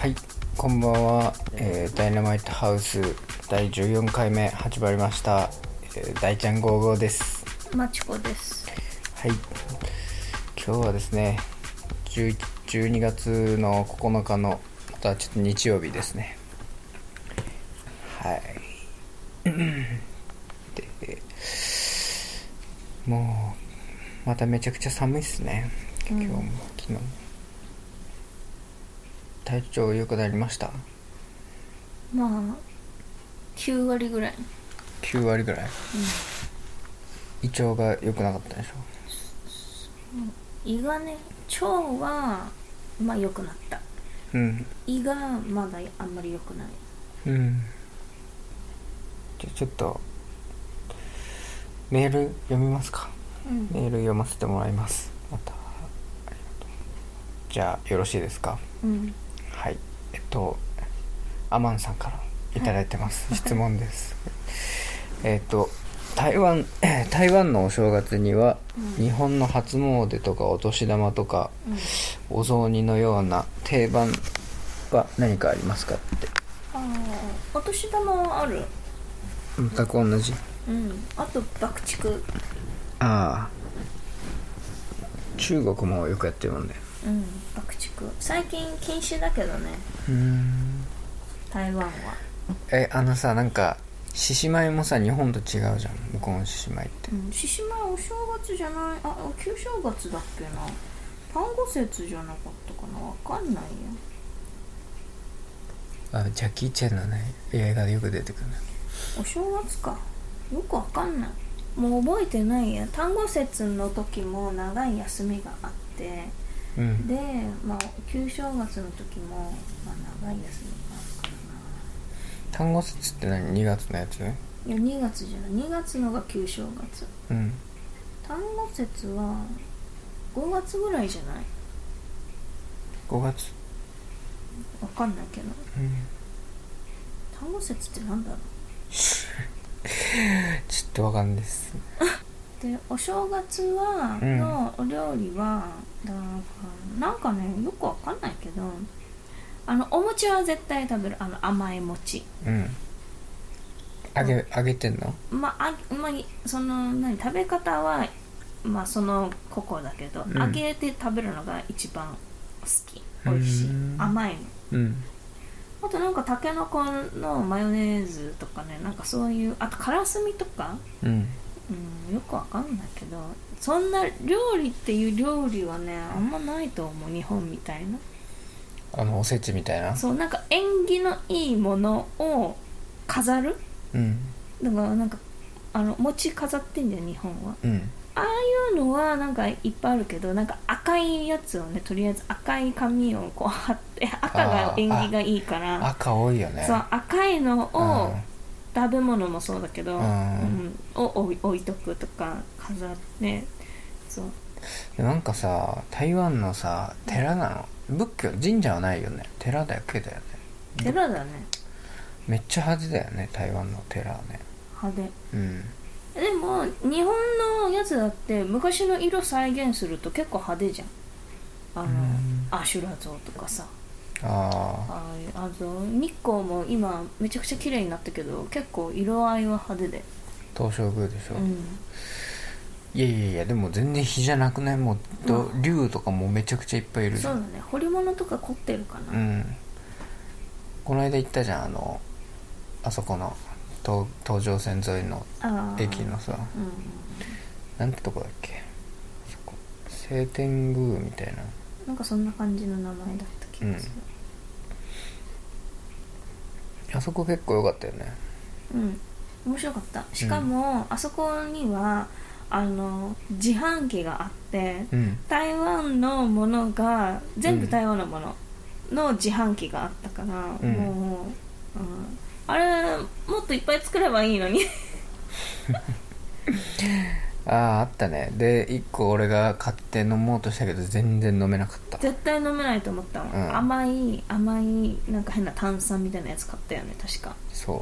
はい、こんばんは、ダイナマイトハウス第14回目始まりました、大ちゃん55です。 まちこです。 はい、今日はですね12月の9日のまたちょっと日曜日ですね。はいでもうまためちゃくちゃ寒いっすね。今日も昨日も体調良くなりました？ まあ9割ぐらい。 9割ぐらい、胃腸が良くなかったでしょ。 胃がね、腸はまあ良くなった。胃がまだあんまり良くない。 じゃあちょっとメール読みますか。メール読ませてもらいます。またじゃあよろしいですか。はい、アマンさんからいただいてます、質問です。台湾のお正月には、日本の初詣とかお年玉とか、お雑煮のような定番は何かありますかって。 お年玉はある。 全く同じ。 あと爆竹。 中国もよくやってるもんね。 爆竹最近禁止だけどね。台湾は。 なんか獅子舞もさ、日本と違うじゃん、向こうの獅子舞って。 獅子舞お正月じゃない。旧正月だっけな。端午節じゃなかったかな、わかんないよ。 ジャッキー・チェンのね映画でよく出てくる。 お正月か、よくわかんない。もう覚えてないや。端午節の時も長い休みがあって、で、旧正月の時も、長い休みがあるからな。 端午節って何、2月のやつ？ いや2月じゃない、2月のが旧正月。端午節は5月ぐらいじゃない？ 5 月わかんないけど、端午節ってなんだろう。 ちょっとわかんないです。 で、お正月は、のお料理はなんかね、よくわかんないけど、お餅は絶対食べる。甘い餅。 揚げてんの？ その食べ方はその個々だけど、揚げて食べるのが一番好き。美味しい。甘いの。あとなんかタケノコのマヨネーズとかね、なんかそういう、あとカラスミとか、よくわかんないけど、そんな料理っていう料理はね、あんまないと思う。日本みたいなおせちみたいな。 そう、なんか縁起のいいものを飾る。だからなんか餅飾ってんじゃん、日本は。ああいうのはなんかいっぱいあるけど、なんか赤いやつをね、とりあえず赤い紙をこう貼って、赤が縁起がいいから。赤多いよね。 そう、赤いのを、食べ物もそうだけど、を置いとくとか飾って。そうなんかさ、台湾のさ、寺なの？仏教、神社はないよね。寺だけだよね。 寺だね。めっちゃ派手だよね、台湾の寺はね。 派手。でも日本のやつだって昔の色再現すると結構派手じゃん。アシュラ像とかさ。あと日光も今めちゃくちゃ綺麗になったけど、結構色合いは派手で。 東照宮でしょ。いやでも全然火じゃなくない？もう竜とかもめちゃくちゃいっぱいいるじゃん。 そうだね、彫り物とか凝ってるかな。 この間行ったじゃん、あそこの東上線沿いの駅のさ、なんてとこだっけ、そこ晴天宮みたいな、 なんかそんな感じの名前だった気がする。 あそこ結構良かったよね。 面白かった。しかも、あそこには自販機があって、台湾のものが全部台湾のものの自販機があったから、もう、あれもっといっぱい作ればいいのに。 あったね。で1個俺が買って飲もうとしたけど全然飲めなかった。 絶対飲めないと思ったもん。甘いなんか変な炭酸みたいなやつ買ったよね、確か。 そう。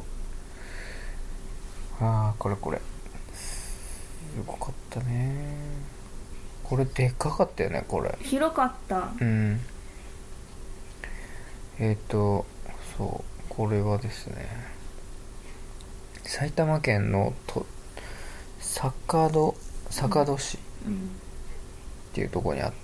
これすごかったね。これでっかかったよね。これ広かった。 そうこれはですね、埼玉県の坂戸市っていうところにあって、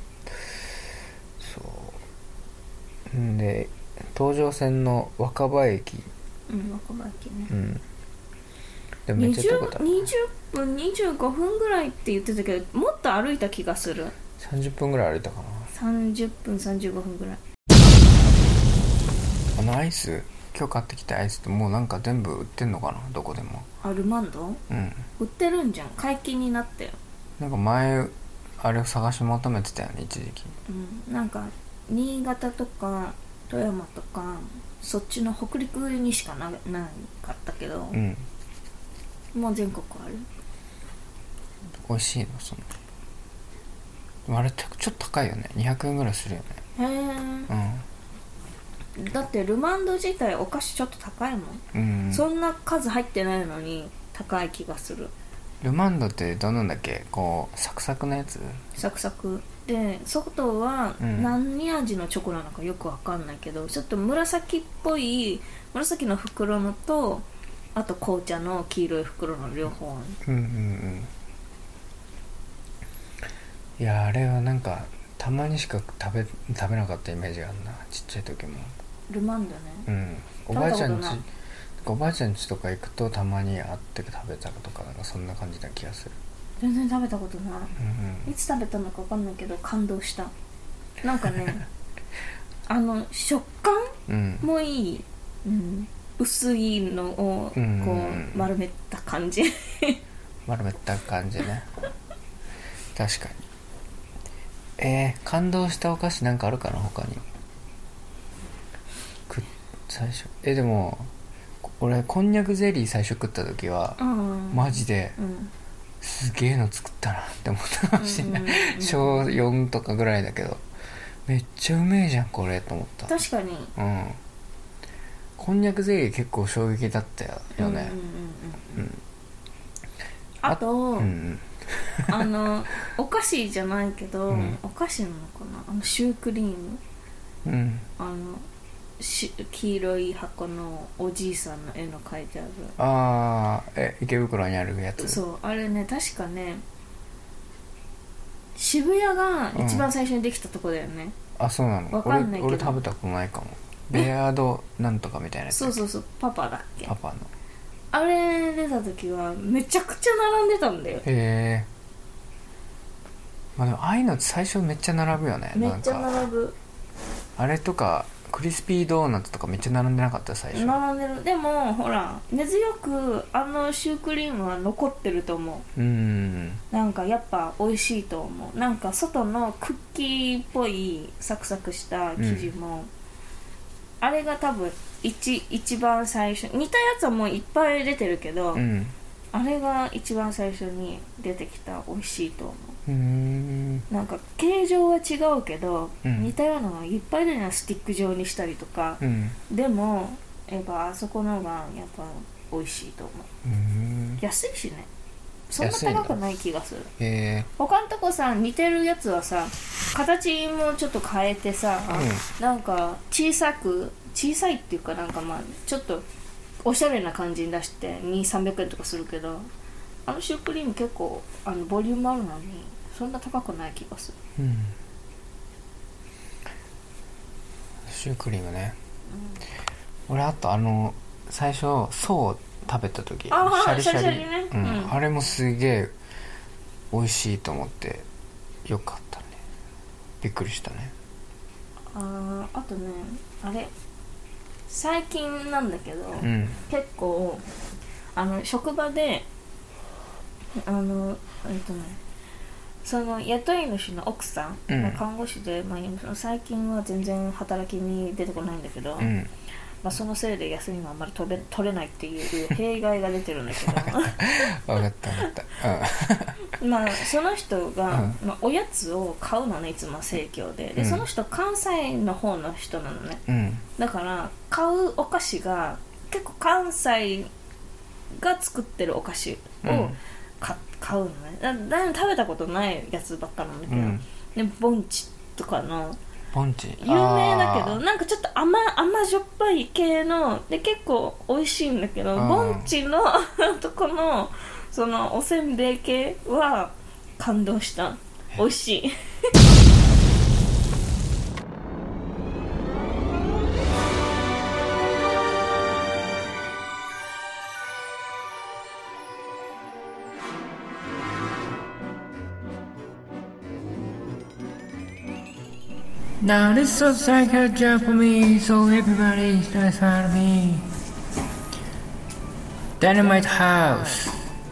そうで東上線の若葉駅、 若葉駅ね、 でもめっちゃ遠かった 20分25分ぐらいって言ってたけど、もっと歩いた気がする。 30分ぐらい歩いたかな。 30分35分ぐらい。 アイス、今日買ってきたアイスってもうなんか全部売ってんのかな、どこでも。 ルマンド、売ってるんじゃん。解禁になったよ。 なんか前あれを探し求めてたよね、一時期。 なんか新潟とか富山とかそっちの北陸にしかなかったけど、もう全国ある。 美味しいのその。でもあれちょっと高いよね。200円ぐらいするよね。 へえ。だってルマンド自体お菓子ちょっと高いもん。そんな数入ってないのに高い気がする。 ルマンドってどんなんだっけ、こうサクサクのやつ。 サクサクで、外は何味のチョコなのかよくわかんないけど、ちょっと紫っぽい、紫の袋のと、あと紅茶の黄色い袋の両方。 いやあれはなんかたまにしか食べなかったイメージがあるな、ちっちゃい時も。 ルマンドね。 おばあちゃん家とか行くとたまに会って食べたとか、なんかそんな感じな気がする。 全然食べたことない、いつ食べたのか分かんないけど感動した。なんかね食感もいい、薄いのをこう丸めた感じ丸めた感じね確かに。感動したお菓子なんかあるかな、他に。最初でも俺こんにゃくゼリー最初食った時は、マジで、すげえの作ったなって思ったかもしれない、小4とかぐらいだけど、めっちゃうめえじゃんこれと思った。 確かに。 こんにゃくゼリー結構衝撃だったよね。 あとお菓子じゃないけど、お菓子なのかな、シュークリーム、黄色い箱のおじいさんの絵の描いてある。池袋にあるやつ。 そう、あれね、確かね渋谷が一番最初にできたとこだよね。 そうなの。 わかんないけど俺食べたことないかも。ベアードなんとかみたいなやつ。 そうパパだっけ。 パパのあれ出た時はめちゃくちゃ並んでたんだよ。 まあでもああいうのって最初めっちゃ並ぶよね。 めっちゃ並ぶ。 あれとかクリスピードーナツとかめっちゃ並んでなかった？最初並んでる。でもほら根強くシュークリームは残ってると思う。なんかやっぱ美味しいと思う。なんか外のクッキーっぽいサクサクした生地も、あれが多分一番最初、似たやつはもういっぱい出てるけど、あれが一番最初に出てきた美味しいと思う。なんか形状は違うけど、似たようなのがいっぱい出るのはスティック状にしたりとか、でもやっぱあそこのがやっぱ美味しいと思う。安いしね。そんな高くない気がする。他のとこさ、似てるやつはさ、形もちょっと変えてさ、なんか小さいっていうか、なんかまあちょっとおしゃれな感じに出して200-300円とかするけど、シュークリーム結構ボリュームあるのにそんな高くない気がする。 シュークリームね。俺あと最初そう食べた時シャリシャリね、あれもすげえ美味しいと思ってよかったね。びっくりしたね。あとね、あれ最近なんだけど、結構職場でその雇い主の奥さんが看護師で、最近は全然働きに出てこないんだけど、そのせいで休みもあんまり取れないっていう弊害が出てるんだけど分かったその人が、おやつを買うのね、いつも生協で、その人関西の方の人なのね、だから買うお菓子が結構関西が作ってるお菓子を買うのね。だいぶ食べたことないやつばっかなんだけど、でボンチとかのボンチ有名だけどなんかちょっと甘じょっぱい系ので結構美味しいんだけど、ボンチのとこのそのおせんべい系は感動した。美味しい Now this is like a job for me, so everybody starts at me. Dynamite House.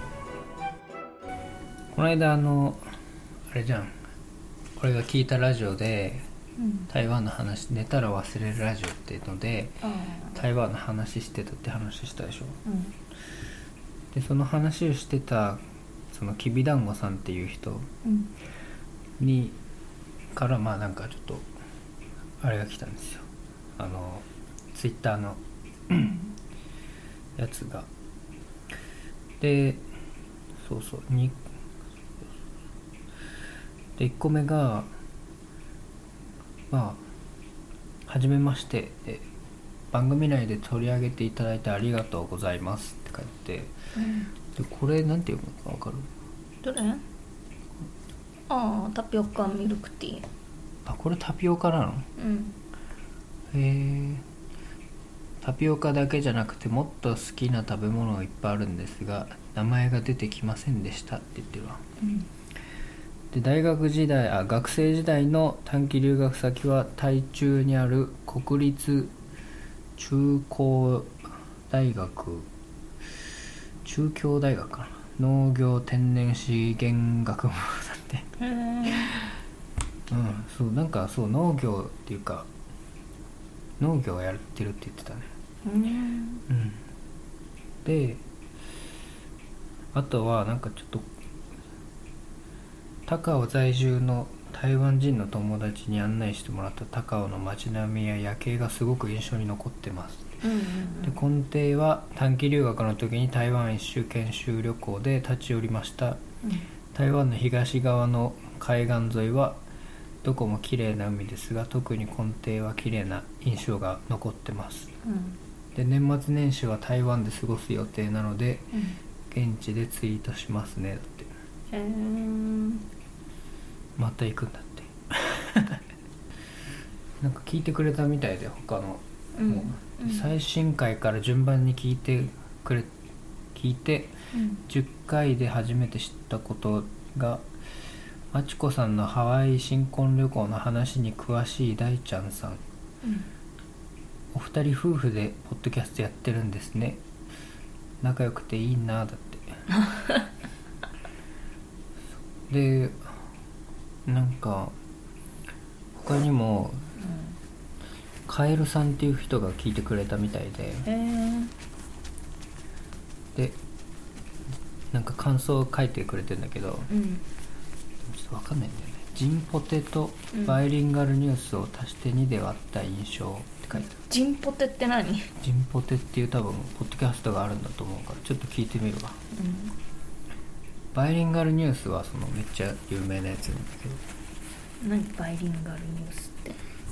この間あれじゃん、俺が聞いたラジオで、台湾の話、寝たら忘れるラジオっていうので、台湾の話してたって話したでしょ、でその話をしてたそのきびだんごさんっていう人に、からまあなんかちょっとあれが来たんですよ、ツイッターのやつが。でそうで1個目がまあはじめましてで番組内で取り上げていただいてありがとうございますって書いて、でこれなんて読むのか分かる？ どれ？タピオカミルクティー。 これタピオカなの？タピオカだけじゃなくてもっと好きな食べ物がいっぱいあるんですが名前が出てきませんでしたって言ってるわ、で学生時代の短期留学先は台中にある国立中京大学かな、農業天然資源学部だってそうなんかそう農業っていうか農業をやってるって言ってたね。であとはなんかちょっと高雄在住の台湾人の友達に案内してもらった高雄の街並みや夜景がすごく印象に残ってます、で根底は短期留学の時に台湾一周研修旅行で立ち寄りました、台湾の東側の海岸沿いはどこも綺麗な海ですが特に根底は綺麗な印象が残ってます、で年末年始は台湾で過ごす予定なので、現地でツイートしますねだって。また行くんだってなんか聞いてくれたみたいで他の、もう最新回から順番に聞いて、10回で初めて知ったことがまちこさんのハワイ新婚旅行の話に詳しい大ちゃんさん、お二人夫婦でポッドキャストやってるんですね、仲良くていいなだってでなんか他にも、カエルさんっていう人が聞いてくれたみたいで、でなんか感想を書いてくれてるんだけど、ちょっと分かんないんだよね。ジンポテとバイリンガルニュースを足して2で割った印象って書いてある。 ジンポテって何？ ジンポテっていう多分ポッドキャストがあるんだと思うからちょっと聞いてみるわ、バイリンガルニュースはそのめっちゃ有名なやつなんだけど。 何バイリンガルニュースって？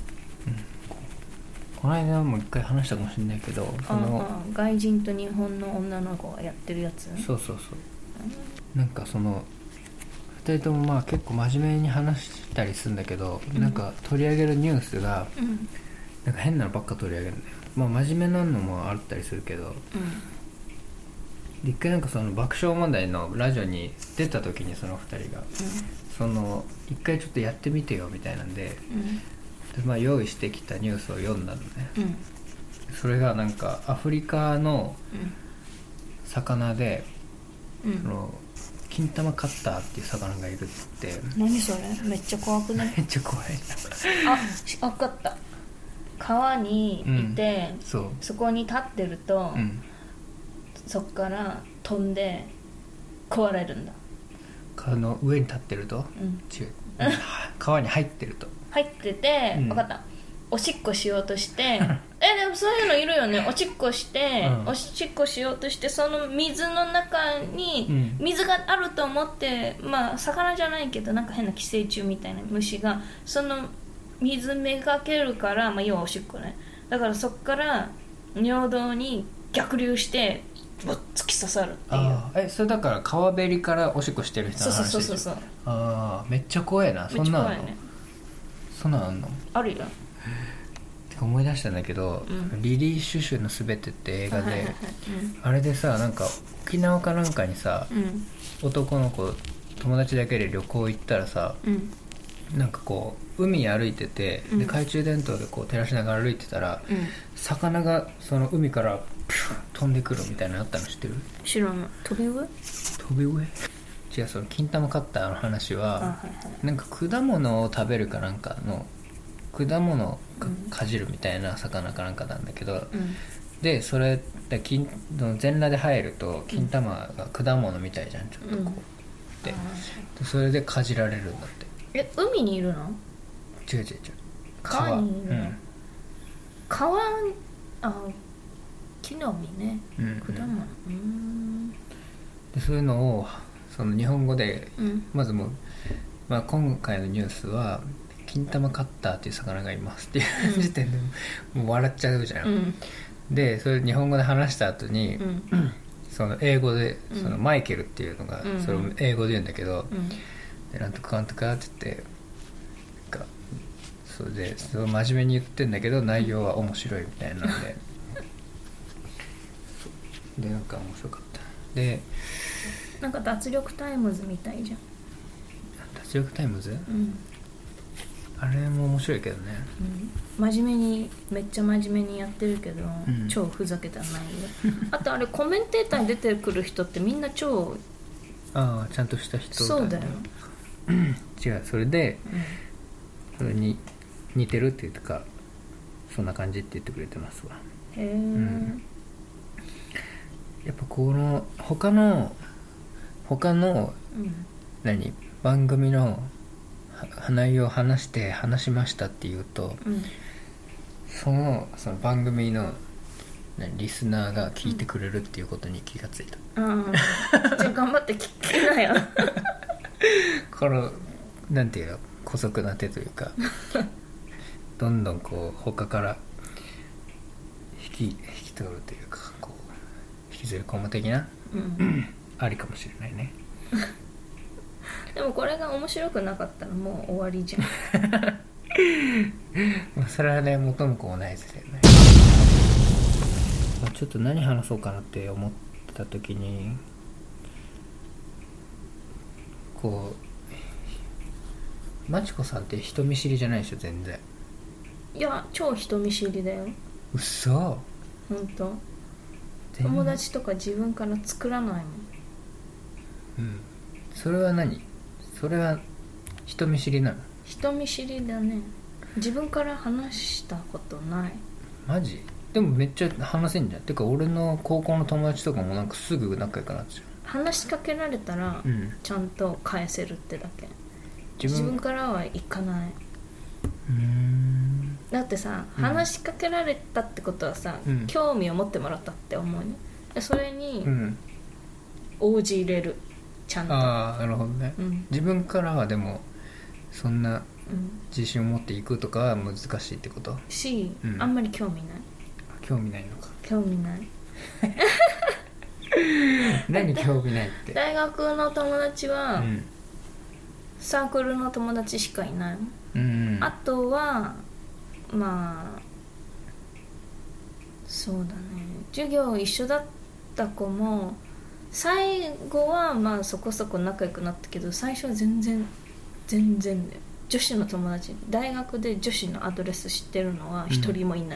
この間も一回話したかもしれないけど、その外人と日本の女の子がやってるやつ。 そう、なんかその2人ともまあ結構真面目に話したりするんだけど、なんか取り上げるニュースが、なんか変なのばっか取り上げるんだよ。まあ真面目なのもあったりするけど、で一回なんかその爆笑問題のラジオに出た時にその2人が、その一回ちょっとやってみてよみたいなんで、でまあ、用意してきたニュースを読んだのね、それがなんかアフリカの魚で、その金玉カッターっていう魚がいるって言って。 何それめっちゃ怖くない？ めっちゃ怖い分かった。川にいて、そこに立ってると、そっから飛んで壊れるんだ。 川の上に立ってると、違う川に入ってると入ってて、分かった。おしっこしようとしてでもそういうのいるよね。おしっこして、おしっこしようとしてその水の中に水があると思って、まあ魚じゃないけどなんか変な寄生虫みたいな虫がその水めがけるから、まあ、要はおしっこね。だからそっから尿道に逆流して突き刺さるっていう。 それだから川べりからおしっこしてる人の話でしょ。 そう。 めっちゃ怖いな。そんなの、ね、そんなんあんの？あるよ。 てか思い出したんだけど、リリー・シュシュのすべてって映画で、あれでさ、なんか沖縄かなんかにさ、男の子友達だけで旅行行ったらさ、なんかこう海歩いてて、で懐中電灯でこう照らしながら歩いてたら、魚がその海からピュッ飛んでくるみたいなのあったの知ってる？ 知らない。飛び上？ 違う、その金玉カッターの話は、なんか果物を食べるかなんかの果物をかじるみたいな魚かなんかなんだけど、でそれで全裸で入ると金玉が果物みたいじゃん、ちょっとこう、でそれでかじられるんだって。 海にいるの？ 違う川にいるの、川、木の実ね、果物、 でそういうのをその日本語で、まずもう、まあ、今回のニュースは金玉カッターっていう魚がいますっていう時点でもう笑っちゃうじゃん、でそれ日本語で話した後に、その英語でそのマイケルっていうのがそれを英語で言うんだけど、でなんとかなんとかって言ってそれでそれを真面目に言ってんだけど内容は面白いみたいなんででなんか面白かった。でなんか脱力タイムズみたいじゃん。 脱力タイムズ？あれも面白いけどね、 真面目にめっちゃ真面目にやってるけど、超ふざけた内容あとあれコメンテーターに出てくる人ってみんな超ちゃんとした人だ、ね、そうだよ違う、それで、それに似てるっていうかそんな感じって言ってくれてますわ。 へえ、 やっぱこの他の、番組の内容を話しましたっていうと、その番組のリスナーが聞いてくれるっていうことに気がついた。 じゃあ頑張って聞きなよこのなんていうの、姑息な手というかどんどんこう他から引き取るというか、こう引きずり込む的な、ありかもしれないねでもこれが面白くなかったらもう終わりじゃんまあそれはね元も子もないですよね。ちょっと何話そうかなって思った時に、こうまちこさんって人見知りじゃないでしょ全然。 いや超人見知りだよ。 うそ。 ほんと友達とか自分から作らないもん。 それは何？それは人見知りなの？ 人見知りだね。自分から話したことない。 マジ？でもめっちゃ話せんじゃん。てか俺の高校の友達とかもなんかすぐ仲良くなっちゃう。 話しかけられたらちゃんと返せるってだけ。自分からはいかない。だってさ、話しかけられたってことはさ、興味を持ってもらったって思うね。それに応じれる、ちゃんと。 ああ、なるほどね、自分からはでもそんな自信を持っていくとかは難しいってことし、あんまり興味ない。 興味ないのか。 興味ない何興味ないって。 大学の友達は、サークルの友達しかいない、あとはまあそうだね、授業一緒だった子も最後はまあそこそこ仲良くなったけど、最初は全然だよ。女子の友達、大学で女子のアドレス知ってるのは一人もいない。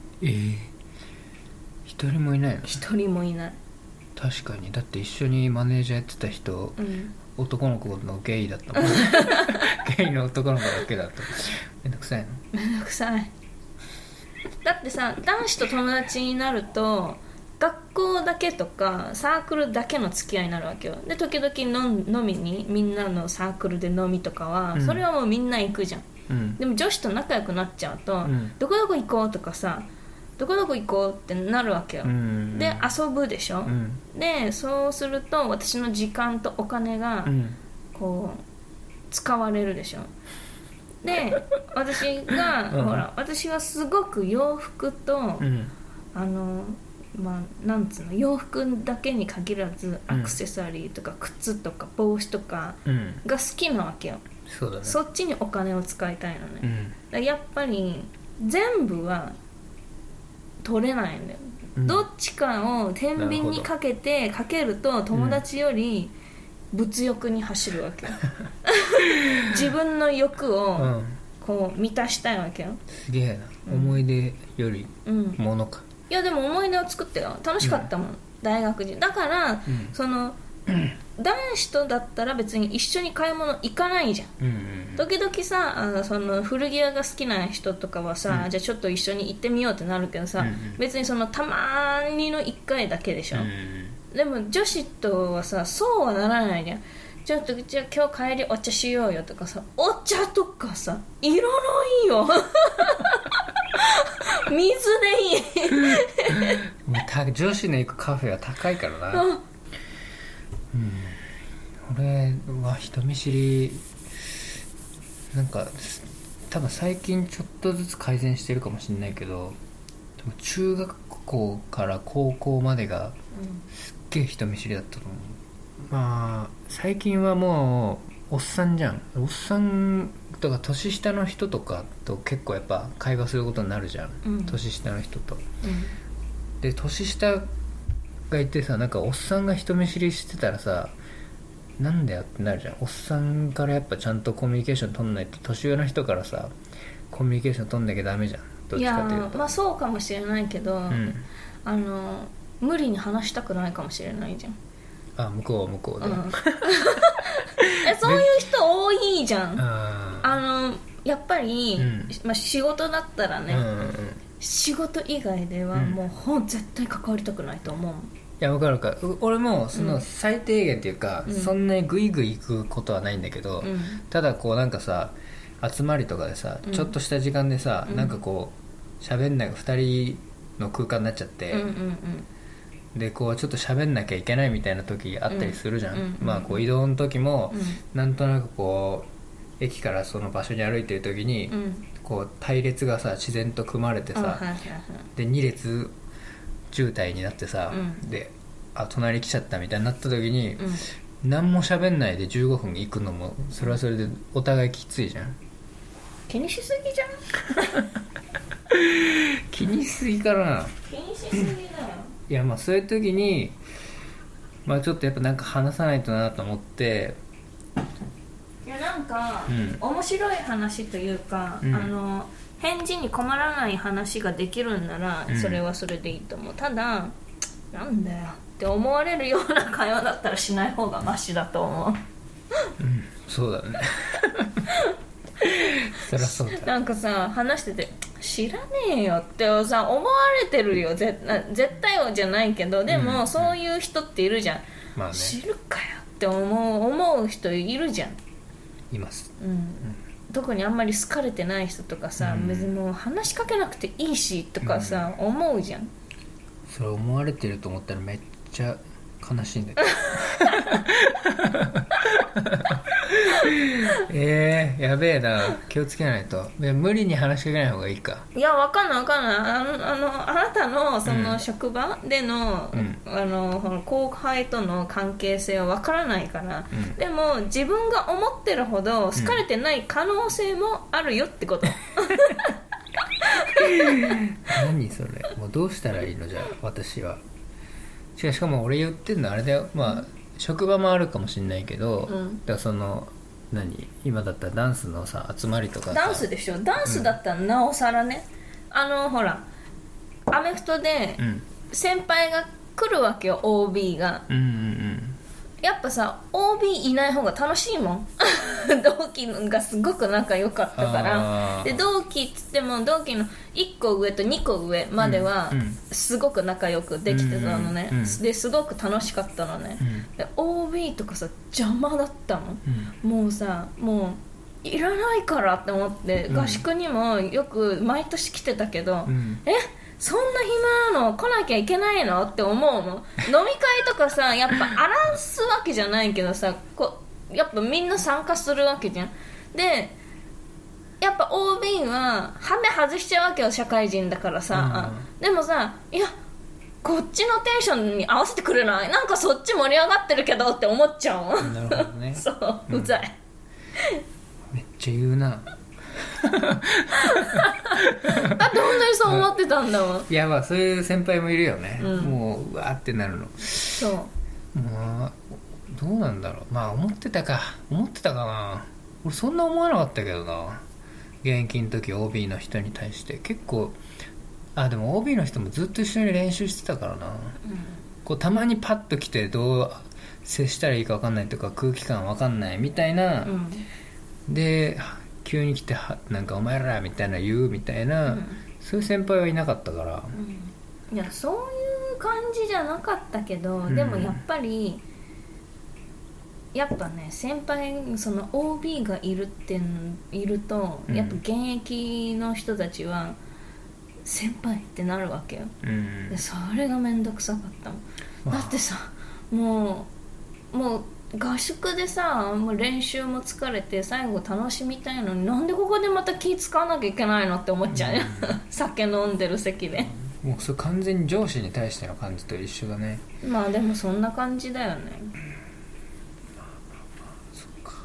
一人もいないの？ 一人もいない。 確かに、だって一緒にマネージャーやってた人、男の子のゲイだったもんゲイの男の子だけだとめんどくさいの？ めんどくさい。だってさ、男子と友達になると学校だけとかサークルだけの付き合いになるわけよ。で時々飲みに、みんなのサークルで飲みとかは、それはもうみんな行くじゃん、でも女子と仲良くなっちゃうと、どこどこ行こうとかさ、どこどこ行こうってなるわけよ、で遊ぶでしょ、でそうすると私の時間とお金がこう使われるでしょ。 で私が、ほら私はすごく洋服と、なんつうの、洋服だけに限らずアクセサリーとか靴とか帽子とかが好きなわけよ、 そうだね、 そっちにお金を使いたいのね、だやっぱり全部は取れないんだよ、どっちかを天秤にかけると友達より物欲に走るわけよ自分の欲をこう満たしたいわけよ、 すげえな、思い出よりものか、 いやでも思い出を作ってよ、楽しかったもん、大学時だから、その男子とだったら別に一緒に買い物行かないじゃん、時々さその古着屋が好きな人とかはさ、じゃあちょっと一緒に行ってみようってなるけどさ、別にそのたまにの1回だけでしょ、でも女子とはさそうはならないじゃん、ちょっとじゃあ今日帰りお茶しようよとかさ、お茶とかさいらないよ水でいい女子の行くカフェは高いからな、俺は人見知りなんか多分最近ちょっとずつ改善してるかもしれないけど、でも中学校から高校までがすっげえ人見知りだったと思う。まあ最近はもうおっさんじゃん、おっさんとか年下の人とかと結構やっぱ会話することになるじゃん、年下の人と、で年下がいてさ、なんかおっさんが人見知りしてたらさ、なんだよってなるじゃん。おっさんからやっぱちゃんとコミュニケーション取んないと、年上の人からさコミュニケーション取んなきゃダメじゃん、どっちかというと。 いやまあそうかもしれないけど、無理に話したくないかもしれないじゃん。 あ、向こうは向こうで、 そういう人多いじゃん。やっぱり、仕事だったらね、仕事以外ではもう絶対関わりたくないと思う。 いや分かるか、俺もその最低限っていうか、そんなにグイグイ行くことはないんだけど、ただこうなんかさ集まりとかでさ、ちょっとした時間でさ、なんかこう喋んない2人の空間になっちゃって、でこうちょっと喋んなきゃいけないみたいな時あったりするじゃん、まあこう移動の時も、なんとなくこう駅からその場所に歩いてる時に、こう隊列がさ自然と組まれてさ、で2列渋滞になってさ、で隣来ちゃったみたいになった時に、何も喋んないで15分行くのもそれはそれでお互いきついじゃん。 気にしすぎじゃん気にしすぎかな。 気にしすぎだよいやまあそういう時にまあちょっとやっぱなんか話さないとなと思って、 いやなんか、面白い話というか、返事に困らない話ができるんならそれはそれでいいと思う、ただなんだよって思われるような会話だったらしない方がマシだと思うそうだねそりゃそうだ。 なんかさ話してて知らねえよってさ思われてるよ、絶対じゃないけど、でも、そういう人っているじゃん、まあね、知るかよって思う人いるじゃん。 います、 特にあんまり好かれてない人とかさ、別にもう話しかけなくていいしとかさ、思うじゃん。 それ思われてると思ったらめっちゃ悲しいんだけどやべえな、気をつけないと。無理に話しかけない方がいいか。 いやわかんないあなたのその職場での、後輩との関係性はわからないから、でも自分が思ってるほど好かれてない可能性もあるよってこと、 何それ、もうどうしたらいいのじゃあ私は。しかも俺言ってんのあれだよ、まあ職場もあるかもしれないけど、だからその今だったらダンスのさ集まりとかさ、 ダンスでしょ、ダンスだったらなおさらね、ほらアメフトで先輩が来るわけよ、 OB が、やっぱさ OB いない方が楽しいもん同期がすごく仲良かったから、で同期っつっても同期の1個上と2個上まではすごく仲良くできてたのね、ですごく楽しかったのね、で OB とかさ邪魔だったの、もうさもういらないからって思って、合宿にもよく毎年来てたけど、そんな暇なの来なきゃいけないのって思うの。飲み会とかさやっぱ荒らすわけじゃないけどさ、やっぱみんな参加するわけじゃん。でやっぱ OB はハメ外しちゃうわけよ、社会人だからさ、でもさ、いやこっちのテンションに合わせてくれない、なんかそっち盛り上がってるけどって思っちゃうもん。 なるほどね。 そううざい、 めっちゃ言うな。 だって本当にそう思ってたんだもん。 いやまあそういう先輩もいるよね、 うん、 もううわーってなるの。 そうもうどうなんだろう、まあ思ってたかな。俺そんな思わなかったけどな、現役の時 OB の人に対して結構。でも OB の人もずっと一緒に練習してたからな、こうたまにパッと来てどう接したらいいか分かんないとか空気感分かんないみたいな、で急に来てなんかお前らみたいな言うみたいな、そういう先輩はいなかったから、 いやそういう感じじゃなかったけど、でもやっぱりやっぱね、先輩その OB がいると、やっぱ現役の人たちは先輩ってなるわけよ、でそれがめんどくさかったもん。だってさ、もう合宿でさ、もう練習も疲れて最後楽しみたいのに、なんでここでまた気使わなきゃいけないのって思っちゃうよ、酒飲んでる席で。 もうそれ完全に上司に対しての感じと一緒だね。 まあでもそんな感じだよね。 そっか。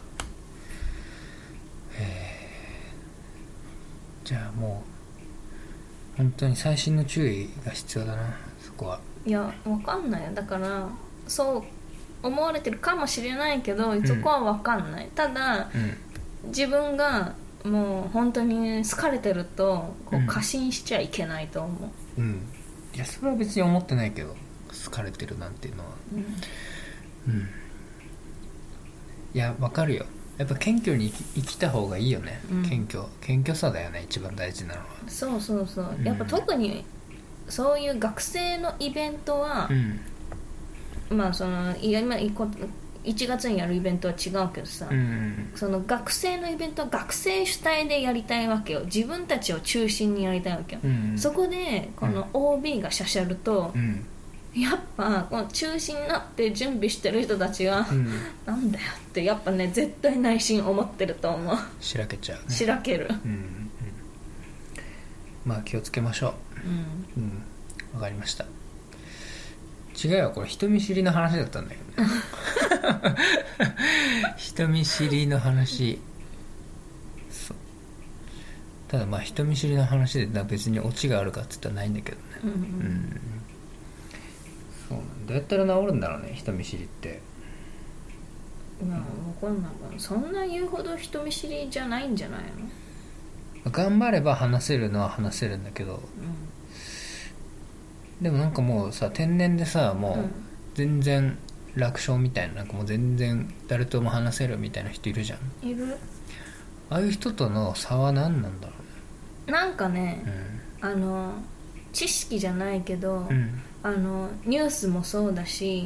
じゃあもう本当に細心の注意が必要だな、そこは。 いや分かんないよ、だからそう思われてるかもしれないけど、そこは分かんない、ただ、自分がもう本当に好かれてるとこう過信しちゃいけないと思う。 いやそれは別に思ってないけど、好かれてるなんていうのは、いや分かるよ。やっぱ謙虚に生きた方がいいよね、謙虚さだよね、一番大事なのは。 そうそうそう、やっぱ特にそういう学生のイベントは、まあその今1月にやるイベントは違うけどさ、その学生のイベントは学生主体でやりたいわけよ、自分たちを中心にやりたいわけよ、そこでこの OB がしゃしゃると、やっぱこの中心になって準備してる人たちは、なんだよってやっぱね、絶対内心思ってると思う。 しらけちゃうね。 しらける。 まあ気をつけましょう。わかりました。違うよ、これ人見知りの話だったんだよね。人見知りの話。そう。ただまあ人見知りの話で別にオチがあるかって言ったらないんだけどね。そうなんだ。どうやったら治るんだろうね、人見知りって。 分かんない。そんな言うほど人見知りじゃないんじゃないの。 頑張れば話せるのは話せるんだけど、でもなんかもうさ、天然でさ、もう全然楽勝みたいな、なんかもう全然誰とも話せるみたいな人いるじゃん。 いる。 ああいう人との差は何なんだろうね。なんかね、知識じゃないけど、ニュースもそうだし、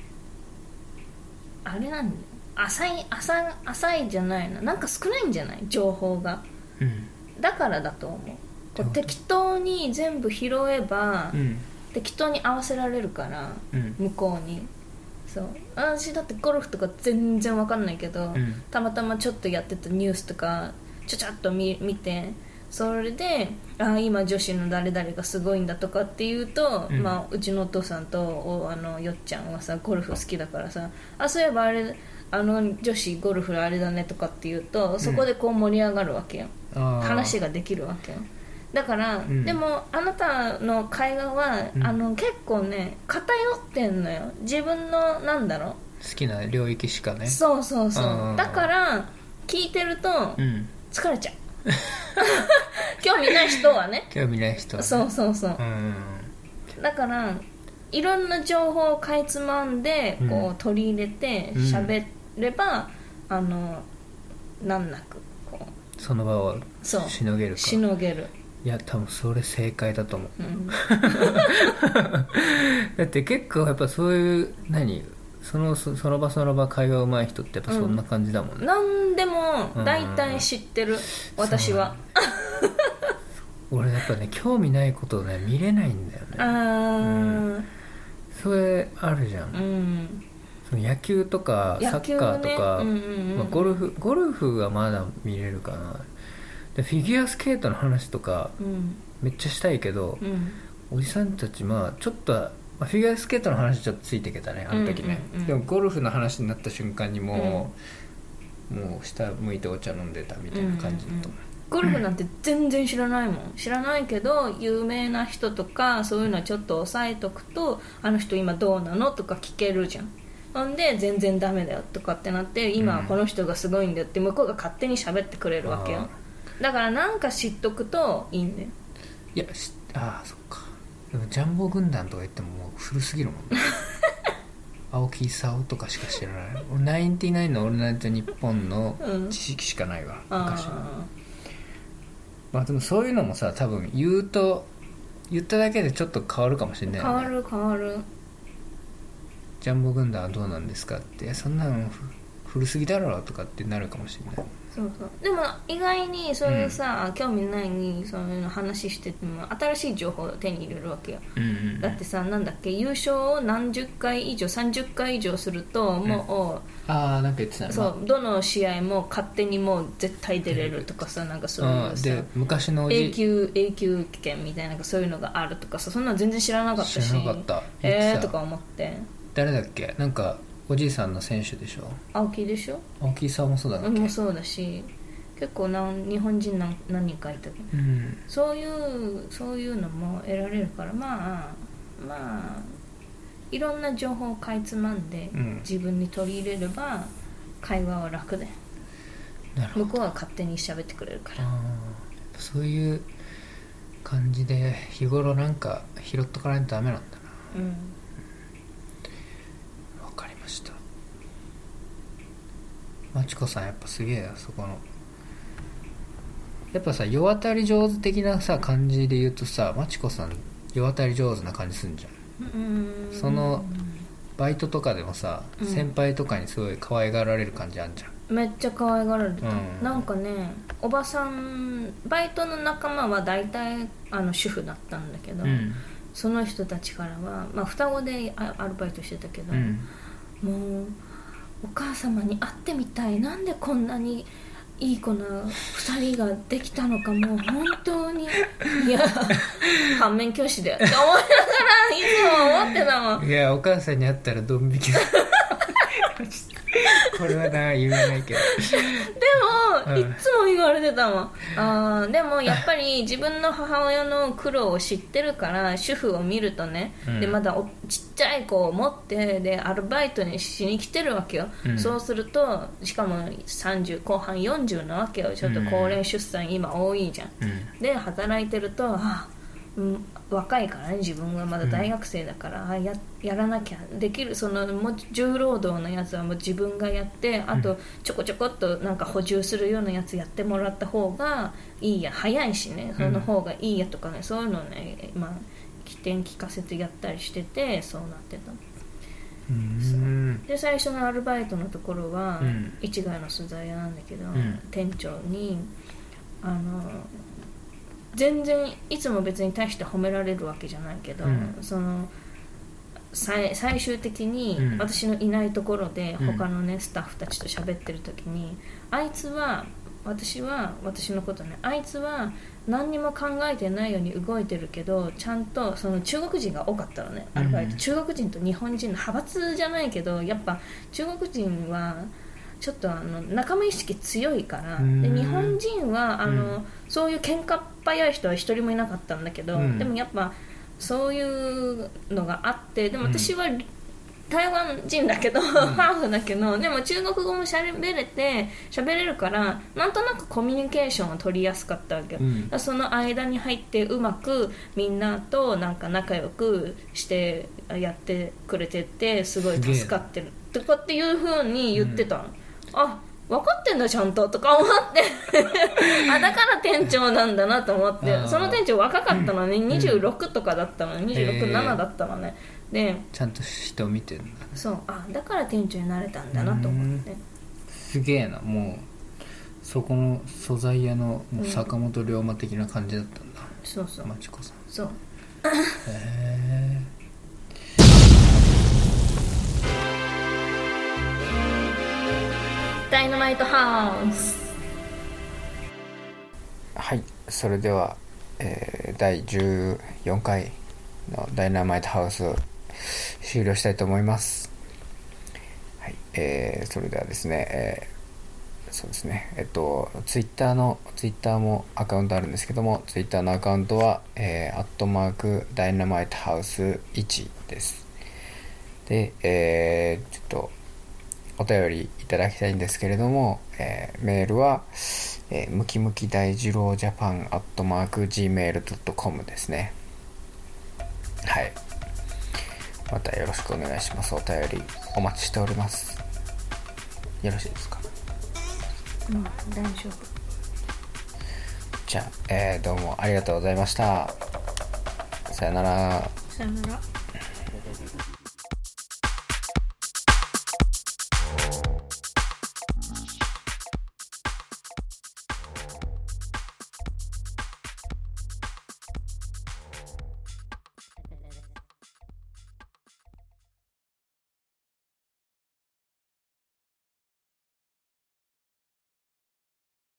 あれなんだよ、浅いじゃないな、なんか少ないんじゃない、情報が、だからだと思う。こう適当に全部拾えば、適当に合わせられるから、向こうに。そう私だってゴルフとか全然わかんないけど、たまたまちょっとやってたニュースとかちゃっと見て、それで今女子の誰々がすごいんだとかっていうと、うちのお父さんとよっちゃんはさゴルフ好きだからさ、そういえばあれ女子ゴルフあれだねとかっていうと、そこでこう盛り上がるわけよ、話ができるわけよ。だから、でもあなたの会話は、結構ね偏ってんのよ、自分のなんだろう、 好きな領域しかね。 そうそうそう、だから聞いてると疲れちゃう、興味ない人はね、 興味ない人はね、 そうそうそう、だからいろんな情報をかいつまんでこう取り入れて喋れば、難なくこうその場をしのげるか。 しのげる。 いや多分それ正解だと思う、だって結構やっぱそういうその場会話上手い人ってやっぱそんな感じだもんね、 何でも大体知ってる、私は。 俺やっぱね、興味ないことをね見れないんだよね。それあるじゃん、その野球とかサッカーとか、ゴルフはまだ見れるかな。 でフィギュアスケートの話とか、めっちゃしたいけど、おじさんたちちょっとフィギュアスケートの話ちょっとついてきたねあの時ね、でもゴルフの話になった瞬間にもう下向いてお茶飲んでたみたいな感じだと、 ゴルフなんて全然知らないもん。知らないけど有名な人とかそういうのはちょっと押さえとくと、あの人今どうなのとか聞けるじゃん。ほんで全然ダメだよとかってなって、今はこの人がすごいんだよって向こうが勝手に喋ってくれるわけよ。だからなんか知っとくといいんだよ。 いやそっか。でもジャンボ軍団とか言ってももう古すぎるもんね青木功とかしか知らない。ナインティナインのオールナイトニッポンの知識しかないわ、昔は。でもそういうのもさ、多分言っただけでちょっと変わるかもしれないよね。 変わる。 ジャンボ軍団はどうなんですかって、そんなの古すぎだろとかってなるかもしれない。 そうでも意外にそういうさ、興味ないにそういうの話してても新しい情報を手に入れるわけよ、だってさ、なんだっけ、優勝を何十回以上30回以上するともう、 なんか言ってたそう、どの試合も勝手にもう絶対出れるとかさ、なんかそういうさ、 で昔の永久権みたいなそういうのがあるとかさ、そんなの全然知らなかったし、 知らなかった。 とか思って。 誰だっけ、なんかおじいさんの選手でしょ、 青木でしょ。 青木さんもそうだっけ。 もそうだし、結構日本人何人かいたけど、そういうのも得られるから、まあいろんな情報をかいつまんで、自分に取り入れれば会話は楽で、向こうは勝手に喋ってくれるから。 そういう感じで日頃なんか拾っとかないとダメなんだな。わかりました。まちこさんやっぱすげえな、そこのやっぱさ、世渡り上手的なさ感じで言うとさ、まちこさん世渡り上手な感じするんじゃん。そのバイトとかでもさ、先輩とかにすごい可愛がられる感じあんじゃん。 めっちゃ可愛がられた、なんかね、おばさん、バイトの仲間は大体主婦だったんだけど、その人たちからは、双子でアルバイトしてたけど、もうお母様に会ってみたい、なんでこんなにいい子な2人ができたのか、もう本当に、いや反面教師だよって思いながらいつも思ってたもん。 いや、お母さんに会ったらドン引きだこれは言えないけどでも、いつも言われてたもん。でもやっぱり自分の母親の苦労を知ってるから、主婦を見るとね、でまだちっちゃい子を持ってでアルバイトにしに来てるわけよ、そうするとしかも30後半40なわけよ。ちょっと高齢出産今多いじゃん、で働いてると若いからね、自分はまだ大学生だから、やらなきゃできる、そのもう重労働のやつはもう自分がやって、あとちょこちょこっとなんか補充するようなやつやってもらった方がいいや、早いしね、その方がいいやとかね、そういうのをね、起点聞かせてやったりしてて、そうなってた。で最初のアルバイトのところは、市ヶ谷の素材屋なんだけど、店長に全然いつも別に対して褒められるわけじゃないけど、その最終的に私のいないところで他のね、スタッフたちと喋ってる時に、私のことね、あいつは何にも考えてないように動いてるけど、ちゃんとその中国人が多かったのね、アルバイト、中国人と日本人の派閥じゃないけど、やっぱ中国人はちょっと仲間意識強いから、で日本人はそういう喧嘩っ早い人は一人もいなかったんだけど、でもやっぱそういうのがあって、でも私は台湾人だけど、ハーフだけど、でも中国語も喋れるから、なんとなくコミュニケーションを取りやすかったわけよ、その間に入ってうまくみんなとなんか仲良くしてやってくれてて、すごい助かってるとかっていう風に言ってたの、分かってんだちゃんととか思ってだから店長なんだなと思って、その店長若かったのね、26とかだったのね、26、7だったのね。でちゃんと人を見てるんだね。 そう、だから店長になれたんだなと思って。 すげえな、もうそこの素材屋のもう坂本龍馬的な感じだったんだ、 そうそう、 まちこさん。 そうダイナマイトハウス。 それでは、第14回のダイナマイトハウスを終了したいと思います。はい、それではですね、そうですね、ツイッターもアカウントあるんですけども、ツイッターのアカウントは、アットマークダイナマイトハウス1です。で、ちょっとお便りいただきたいんですけれども、メールは、ムキムキ大二郎ジャパンアットマーク gmail.com ですね。はい、またよろしくお願いします。お便りお待ちしております。よろしいですか？ 大丈夫。 じゃあ、どうもありがとうございました。さよなら。 さよなら。